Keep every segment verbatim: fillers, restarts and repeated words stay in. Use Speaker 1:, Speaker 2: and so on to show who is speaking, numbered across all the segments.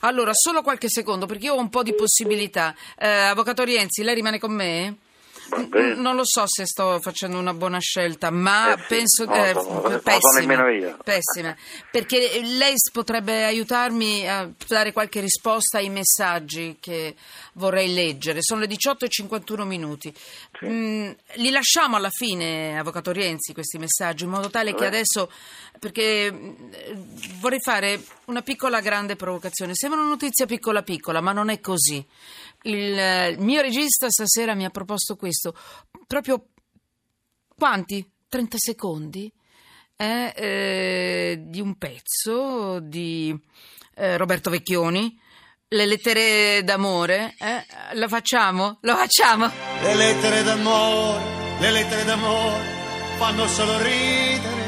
Speaker 1: Allora, solo qualche secondo, perché io ho un po' di possibilità. Eh, Avvocato Rienzi, lei rimane con me? N- non lo so se sto facendo una buona scelta, ma
Speaker 2: eh sì,
Speaker 1: penso
Speaker 2: non lo
Speaker 1: eh,
Speaker 2: so, non lo so
Speaker 1: pessima,
Speaker 2: nemmeno io.
Speaker 1: pessima, perché lei potrebbe aiutarmi a dare qualche risposta ai messaggi che vorrei leggere. Sono le diciotto e cinquantuno minuti.
Speaker 2: Sì.
Speaker 1: Mm, li lasciamo alla fine, Avvocato Rienzi, questi messaggi, in modo tale che
Speaker 2: Eh.
Speaker 1: adesso, perché eh, vorrei fare una piccola grande provocazione. Sembra una notizia piccola piccola, ma non è così. Il, il mio regista stasera mi ha proposto questo, proprio quanti? trenta secondi eh, eh, di un pezzo di eh, Roberto Vecchioni, Le lettere d'amore. Eh? Lo facciamo? Lo facciamo?
Speaker 3: Le lettere d'amore, le lettere d'amore fanno solo ridere.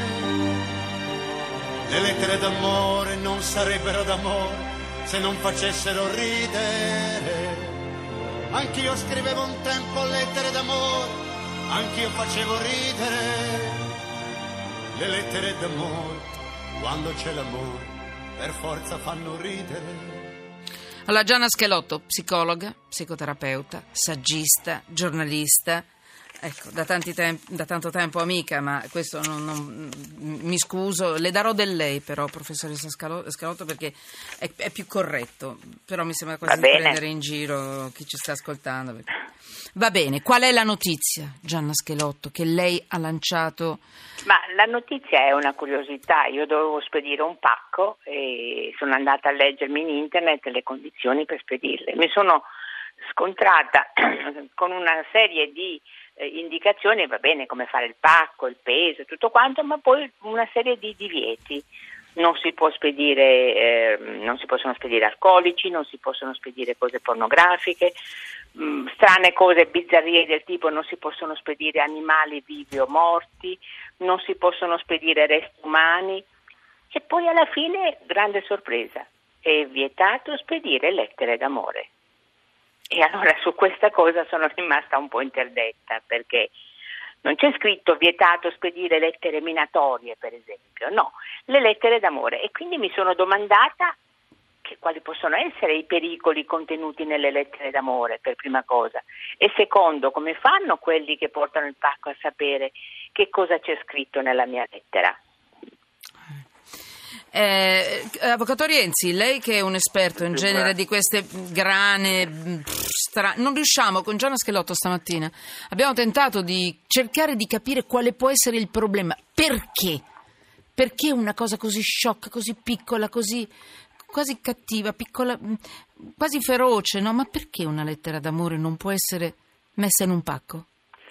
Speaker 3: Le lettere d'amore non sarebbero d'amore se non facessero ridere. Anch'io scrivevo un tempo lettere d'amore, anch'io facevo ridere. Le lettere d'amore, quando c'è l'amore, per forza fanno ridere.
Speaker 1: Allora, Gianna Schelotto, psicologa, psicoterapeuta, saggista, giornalista, ecco, da, tanti temp- da tanto tempo amica, ma questo non, non mi scuso, le darò del lei però, professoressa Scalo- Schelotto, perché è, è più corretto, però mi sembra quasi di prendere in giro chi ci sta ascoltando. Perché... Va bene, qual è la notizia, Gianna Schelotto, che lei ha lanciato?
Speaker 4: Ma la notizia è una curiosità. Io dovevo spedire un pacco e sono andata a leggermi in internet le condizioni per spedirle. Mi sono scontrata con una serie di eh, indicazioni, va bene, come fare il pacco, il peso e tutto quanto, ma poi una serie di divieti. Non si può spedire, eh, non si possono spedire alcolici, non si possono spedire cose pornografiche, mh, strane cose, bizzarrie del tipo non si possono spedire animali vivi o morti, non si possono spedire resti umani e poi alla fine, grande sorpresa, è vietato spedire lettere d'amore. E allora su questa cosa sono rimasta un po' interdetta, perché non c'è scritto vietato spedire lettere minatorie, per esempio, no, le lettere d'amore. E quindi mi sono domandata che quali possono essere i pericoli contenuti nelle lettere d'amore, per prima cosa. E secondo, come fanno quelli che portano il pacco a sapere che cosa c'è scritto nella mia lettera?
Speaker 1: Eh, Avvocato Rienzi, lei che è un esperto in
Speaker 2: Sì,
Speaker 1: genere
Speaker 2: beh.
Speaker 1: di queste grane stra... non riusciamo, con Gianna Schelotto stamattina abbiamo tentato di cercare di capire quale può essere il problema. Perché? Perché una cosa così sciocca, così piccola, così quasi cattiva, piccola, quasi feroce, no? Ma perché una lettera d'amore non può essere messa in un pacco?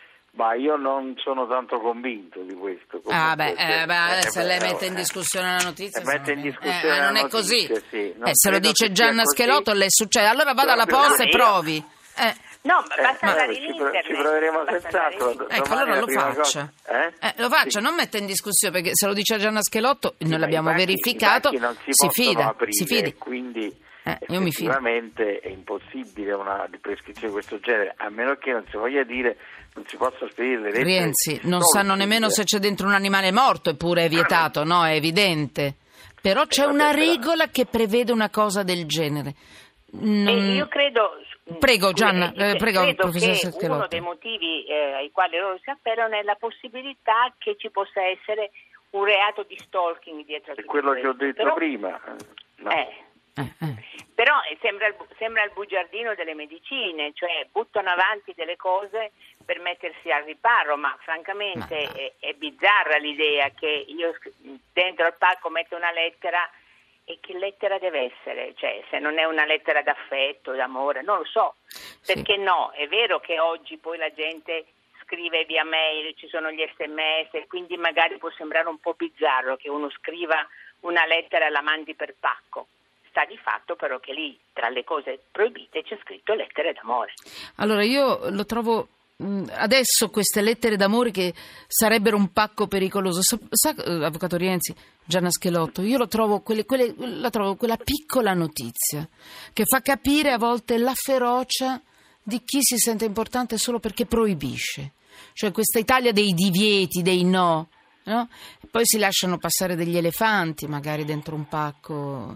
Speaker 2: Ma io non sono tanto convinto di questo. Comunque,
Speaker 1: Ah beh, eh, beh,
Speaker 2: eh,
Speaker 1: se
Speaker 2: beh,
Speaker 1: lei
Speaker 2: eh,
Speaker 1: mette in discussione la notizia,
Speaker 2: eh, mette in
Speaker 1: eh,
Speaker 2: discussione
Speaker 1: eh,
Speaker 2: la
Speaker 1: non è
Speaker 2: notizia,
Speaker 1: così.
Speaker 2: sì. Non
Speaker 1: Eh, se lo
Speaker 2: credo
Speaker 1: dice
Speaker 2: che sia
Speaker 1: Gianna
Speaker 2: così.
Speaker 1: Schelotto le succede. Allora vada alla
Speaker 2: Proprio
Speaker 1: posta e
Speaker 4: io-
Speaker 1: provi. Eh.
Speaker 4: No, ma
Speaker 2: Eh,
Speaker 4: basta
Speaker 2: ma
Speaker 4: andare
Speaker 2: ci
Speaker 4: in
Speaker 2: pro-
Speaker 4: internet.
Speaker 2: ci proveremo
Speaker 4: basta
Speaker 2: senz'altro.
Speaker 4: andare in-
Speaker 1: Ecco,
Speaker 2: Domani
Speaker 1: allora
Speaker 2: la
Speaker 1: lo
Speaker 2: prima
Speaker 1: faccia.
Speaker 2: cosa- eh?
Speaker 1: Eh, lo faccia,
Speaker 2: Sì.
Speaker 1: non metta in discussione, perché se lo dice Gianna Schelotto,
Speaker 2: Sì,
Speaker 1: noi
Speaker 2: ma
Speaker 1: l'abbiamo
Speaker 2: i pacchi-
Speaker 1: verificato,
Speaker 2: i pacchi non si,
Speaker 1: si
Speaker 2: possono
Speaker 1: fida,
Speaker 2: aprire,
Speaker 1: si fidi.
Speaker 2: quindi
Speaker 1: Eh, io mi fido.
Speaker 2: effettivamente è impossibile una prescrizione di questo genere, a meno che non si voglia dire non si possa spedire le lettere.
Speaker 1: Rienzi, non
Speaker 2: stalking.
Speaker 1: sanno nemmeno se c'è dentro un animale morto, eppure è vietato, no? È evidente. Però c'è
Speaker 2: Eh, vabbè,
Speaker 1: una
Speaker 2: però-
Speaker 1: regola che prevede una cosa del genere. Non-
Speaker 4: E io credo,
Speaker 1: Prego,
Speaker 4: scusi,
Speaker 1: Gianna,
Speaker 4: eh,
Speaker 1: eh, prego,
Speaker 4: credo
Speaker 1: professoressa
Speaker 4: che
Speaker 1: Schelotto.
Speaker 4: uno dei motivi eh, ai quali loro si appellano è la possibilità che ci possa essere un reato di stalking dietro a
Speaker 2: È
Speaker 4: tutto
Speaker 2: quello che ho
Speaker 4: questo.
Speaker 2: detto
Speaker 4: Però-
Speaker 2: prima. No.
Speaker 4: eh,
Speaker 1: Eh, eh.
Speaker 4: Però eh, sembra il, bu- sembra il bugiardino delle medicine, cioè buttano avanti delle cose per mettersi al riparo, ma francamente
Speaker 1: Ma-
Speaker 4: è, è bizzarra l'idea che io sc- dentro al pacco metto una lettera. E che lettera deve essere? Cioè, se non è una lettera d'affetto, d'amore, non lo so.
Speaker 1: Sì.
Speaker 4: Perché no? È vero che oggi poi la gente scrive via mail, ci sono gli sms, quindi magari può sembrare un po' bizzarro che uno scriva una lettera e la mandi per pacco. Sta di fatto però che lì, tra le cose proibite, c'è scritto lettere d'amore.
Speaker 1: Allora io lo trovo mh, adesso queste lettere d'amore che sarebbero un pacco pericoloso. Sa, sa eh, Avvocato Rienzi, Gianna Schelotto, io lo trovo quelle, quelle, la trovo quella piccola notizia che fa capire a volte la ferocia di chi si sente importante solo perché proibisce. Cioè questa Italia dei divieti, dei no, no? Poi si lasciano passare degli elefanti magari dentro un pacco.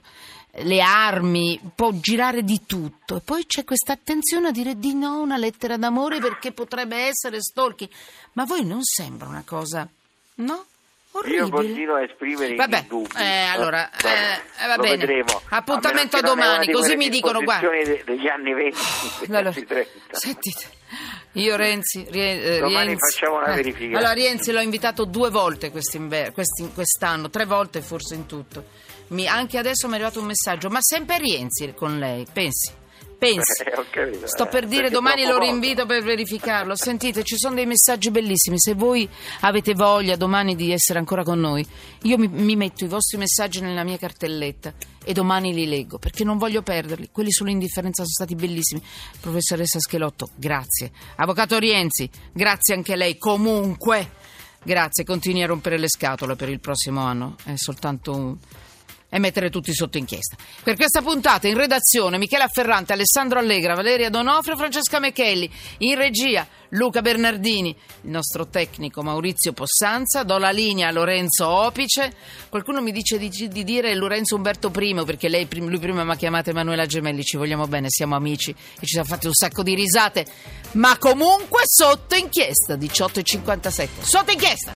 Speaker 1: le armi, può girare di tutto. E poi c'è questa attenzione a dire di no a una lettera d'amore perché potrebbe essere stalking. Ma a voi non sembra una cosa, no? Orribile.
Speaker 2: Io continuo a esprimere
Speaker 1: Vabbè,
Speaker 2: i dubbi.
Speaker 1: eh, allora, eh, eh, va
Speaker 2: lo
Speaker 1: bene.
Speaker 2: vedremo.
Speaker 1: Appuntamento
Speaker 2: a,
Speaker 1: a domani, così mi dicono, guarda.
Speaker 2: De, degli anni venti,
Speaker 1: allora,
Speaker 2: trenta.
Speaker 1: sentite, io Renzi, Rie,
Speaker 2: domani
Speaker 1: Rienzi,
Speaker 2: facciamo una
Speaker 1: eh,
Speaker 2: verifica.
Speaker 1: Allora Rienzi l'ho invitato due volte quest'inver- questi- quest'anno, tre volte forse in tutto. Mi, anche adesso mi è arrivato un messaggio, ma sempre Rienzi con lei, pensi. Pensi,
Speaker 2: Eh, ho capito,
Speaker 1: sto
Speaker 2: eh,
Speaker 1: per dire,
Speaker 2: perché
Speaker 1: domani lo
Speaker 2: troppo
Speaker 1: rinvito per verificarlo. Sentite, ci sono dei messaggi bellissimi. Se voi avete voglia domani di essere ancora con noi, io mi, mi metto i vostri messaggi nella mia cartelletta e domani li leggo, perché non voglio perderli. Quelli sull'indifferenza sono stati bellissimi. Professoressa Schelotto, grazie. Avvocato Rienzi, grazie anche a lei. Comunque, grazie, continui a rompere le scatole per il prossimo anno. È soltanto un... e mettere tutti sotto inchiesta. Per questa puntata in redazione Michela Ferrante, Alessandro Allegra, Valeria Donofrio, Francesca Mechelli, in regia Luca Bernardini, il nostro tecnico Maurizio Possanza. Do la linea a Lorenzo Opice. Qualcuno mi dice di, di dire Lorenzo Umberto I, perché lei, lui prima mi ha chiamato Emanuela Gemelli. Ci vogliamo bene, siamo amici e ci siamo fatti un sacco di risate, ma comunque sotto inchiesta. Diciotto e cinquantasette, sotto inchiesta.